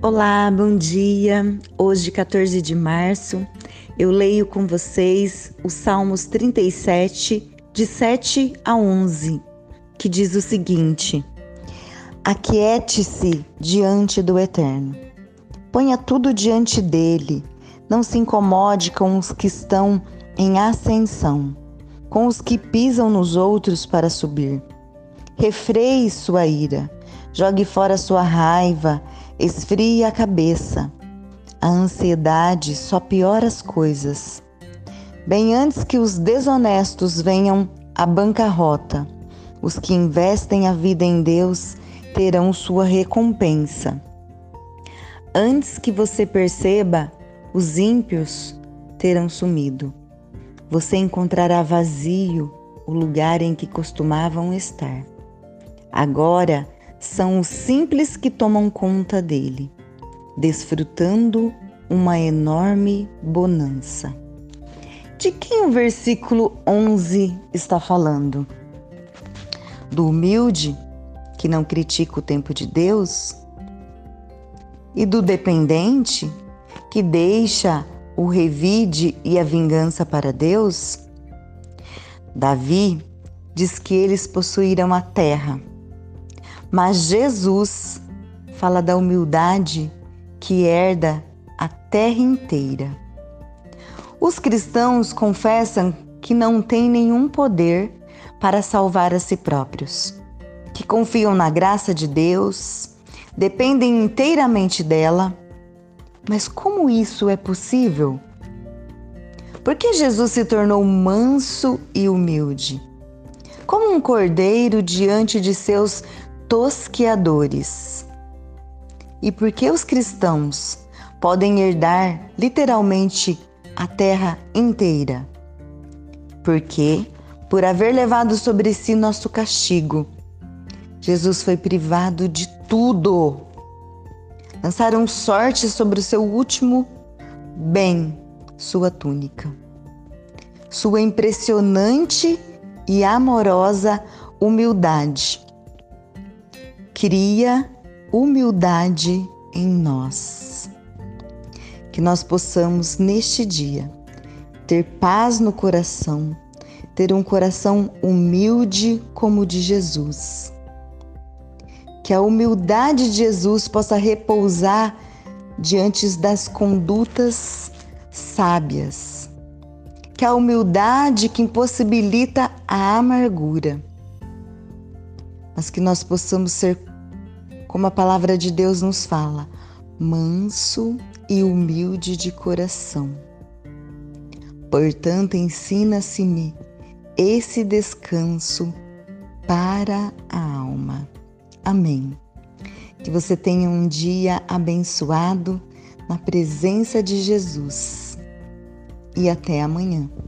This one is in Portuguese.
Olá, bom dia. Hoje, 14 de março, eu leio com vocês os Salmos 37, de 7 a 11, que diz o seguinte: Aquiete-se diante do Eterno. Ponha tudo diante dele. Não se incomode com os que estão em ascensão, com os que pisam nos outros para subir. Refreie sua ira, jogue fora sua raiva, esfrie a cabeça. A ansiedade só piora as coisas. Bem antes que os desonestos venham à bancarrota, os que investem a vida em Deus terão sua recompensa. Antes que você perceba, os ímpios terão sumido. Você encontrará vazio o lugar em que costumavam estar. Agora são os simples que tomam conta dele, desfrutando uma enorme bonança. De quem o versículo 11 está falando? Do humilde, que não critica o tempo de Deus? E do dependente, que deixa o revide e a vingança para Deus? Davi diz que eles possuirão a terra, mas Jesus fala da humildade que herda a terra inteira. Os cristãos confessam que não têm nenhum poder para salvar a si próprios, que confiam na graça de Deus, dependem inteiramente dela. Mas como isso é possível? Por que Jesus se tornou manso e humilde, como um cordeiro diante de seus tosqueadores? E por que os cristãos podem herdar literalmente a terra inteira? Porque, por haver levado sobre si nosso castigo, Jesus foi privado de tudo. Lançaram sorte sobre o seu último bem, sua túnica. Sua impressionante e amorosa humildade cria humildade em nós. Que nós possamos, neste dia, ter paz no coração, ter um coração humilde como o de Jesus. Que a humildade de Jesus possa repousar diante das condutas sábias. Que a humildade que impossibilita a amargura. Mas que nós possamos ser, como a palavra de Deus nos fala, manso e humilde de coração. Portanto, ensina-se-me esse descanso para a alma. Amém. Que você tenha um dia abençoado na presença de Jesus. E até amanhã.